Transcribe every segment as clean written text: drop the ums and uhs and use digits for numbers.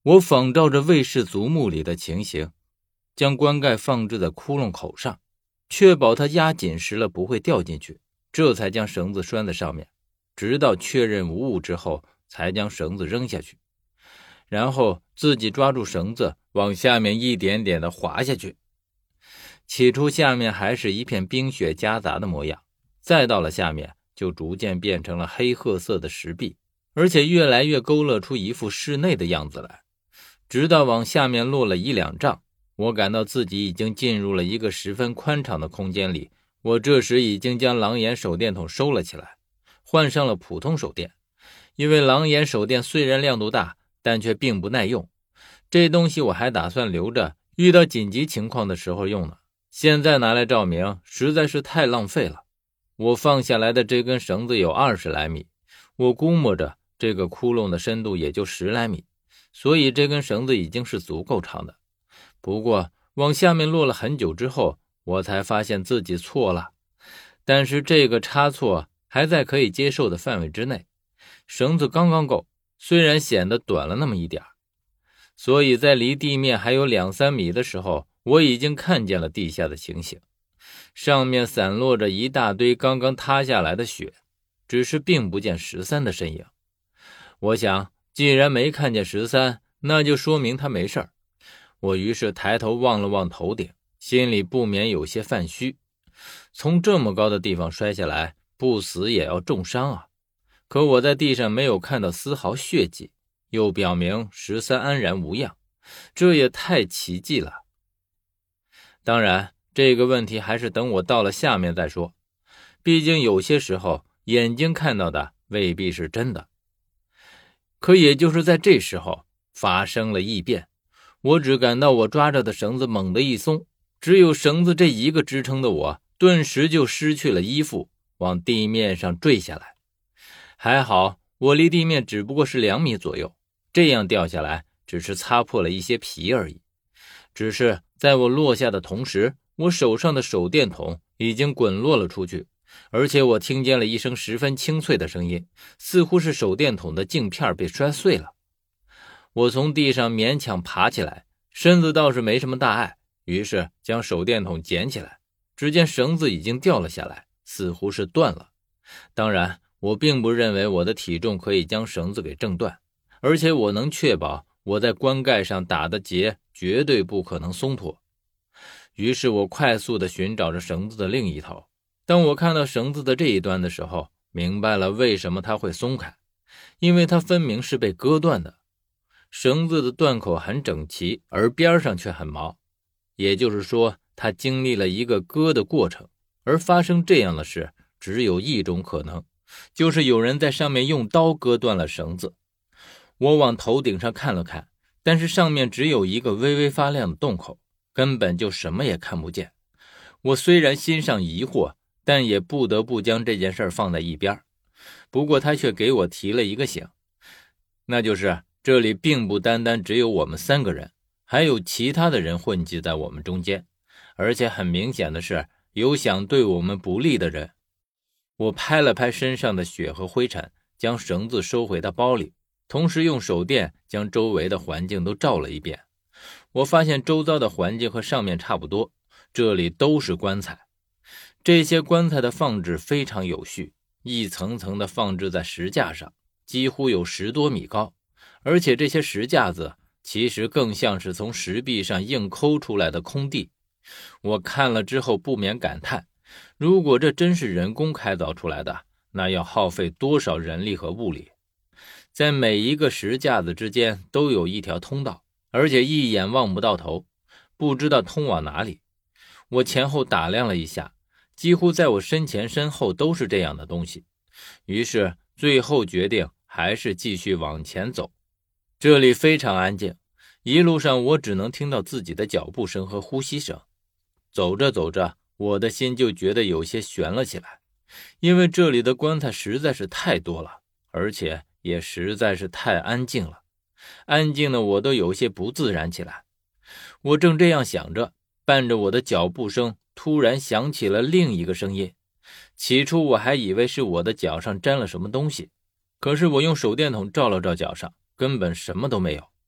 我仿照着卫氏族墓里的情形，将棺盖放置在窟窿口上，确保它压紧实了不会掉进去，这才将绳子拴在上面，直到确认无误之后才将绳子扔下去，然后自己抓住绳子往下面一点点地滑下去。起初下面还是一片冰雪夹杂的模样，再到了下面就逐渐变成了黑褐色的石壁，而且越来越勾勒出一副室内的样子来，直到往下面落了1-2丈，我感到自己已经进入了一个十分宽敞的空间里。我这时已经将狼眼手电筒收了起来，换上了普通手电，因为狼眼手电虽然亮度大，但却并不耐用，这东西我还打算留着遇到紧急情况的时候用呢，现在拿来照明实在是太浪费了。我放下来的这根绳子有20来米，我估摸着这个窟窿的深度也就10来米，所以这根绳子已经是足够长的。不过往下面落了很久之后，我才发现自己错了，但是这个差错还在可以接受的范围之内，绳子刚刚够，虽然显得短了那么一点，所以在离地面还有2-3米的时候，我已经看见了地下的情形，上面散落着一大堆刚刚塌下来的雪，只是并不见13的身影。我想既然没看见13，那就说明他没事儿。我于是抬头望了望头顶，心里不免有些犯虚，从这么高的地方摔下来，不死也要重伤啊。可我在地上没有看到丝毫血迹，又表明13安然无恙，这也太奇迹了。当然这个问题还是等我到了下面再说，毕竟有些时候眼睛看到的未必是真的。可也就是在这时候发生了异变，我只感到我抓着的绳子猛地一松，只有绳子这一个支撑的我顿时就失去了依附，往地面上坠下来。还好我离地面只不过是2米左右，这样掉下来只是擦破了一些皮而已。只是在我落下的同时，我手上的手电筒已经滚落了出去，而且我听见了一声十分清脆的声音，似乎是手电筒的镜片被摔碎了。我从地上勉强爬起来，身子倒是没什么大碍，于是将手电筒捡起来，只见绳子已经掉了下来，似乎是断了。当然我并不认为我的体重可以将绳子给挣断，而且我能确保我在棺盖上打的结绝对不可能松脱。于是我快速地寻找着绳子的另一头，当我看到绳子的这一端的时候，明白了为什么它会松开，因为它分明是被割断的。绳子的断口很整齐，而边上却很毛，也就是说它经历了一个割的过程。而发生这样的事只有一种可能，就是有人在上面用刀割断了绳子。我往头顶上看了看，但是上面只有一个微微发亮的洞口，根本就什么也看不见。我虽然心上疑惑，但也不得不将这件事放在一边。不过他却给我提了一个醒，那就是这里并不单单只有我们3个人，还有其他的人混迹在我们中间，而且很明显的是有想对我们不利的人。我拍了拍身上的血和灰尘，将绳子收回到包里，同时用手电将周围的环境都照了一遍。我发现周遭的环境和上面差不多，这里都是棺材。这些棺材的放置非常有序，一层层的放置在石架上，几乎有10多米高，而且这些石架子其实更像是从石壁上硬抠出来的空地。我看了之后不免感叹，如果这真是人工开凿出来的，那要耗费多少人力和物力。在每一个石架子之间都有一条通道，而且一眼望不到头，不知道通往哪里。我前后打量了一下，几乎在我身前身后都是这样的东西，于是最后决定还是继续往前走。这里非常安静，一路上我只能听到自己的脚步声和呼吸声。走着走着，我的心就觉得有些悬了起来，因为这里的棺材实在是太多了，而且也实在是太安静了，安静的我都有些不自然起来。我正这样想着，伴着我的脚步声突然响起了另一个声音。起初我还以为是我的脚上沾了什么东西，可是我用手电筒照了照脚上，根本什么都没有。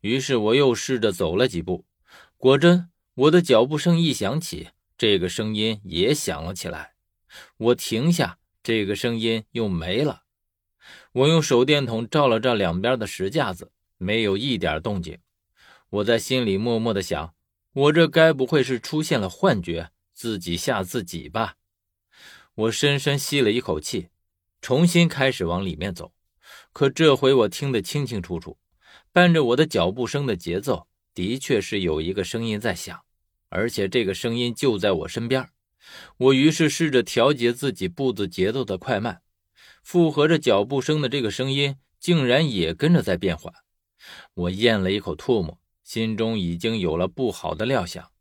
于是我又试着走了几步，果真我的脚步声一响起，这个声音也响了起来。我停下，这个声音又没了。我用手电筒照了照两边的石架子，没有一点动静。我在心里默默地想，我这该不会是出现了幻觉，自己吓自己吧？我深深吸了一口气，重新开始往里面走。可这回我听得清清楚楚，伴着我的脚步声的节奏，的确是有一个声音在响，而且这个声音就在我身边。我于是试着调节自己步子节奏的快慢，附合着脚步声的这个声音竟然也跟着在变缓。我咽了一口唾沫，心中已经有了不好的料想。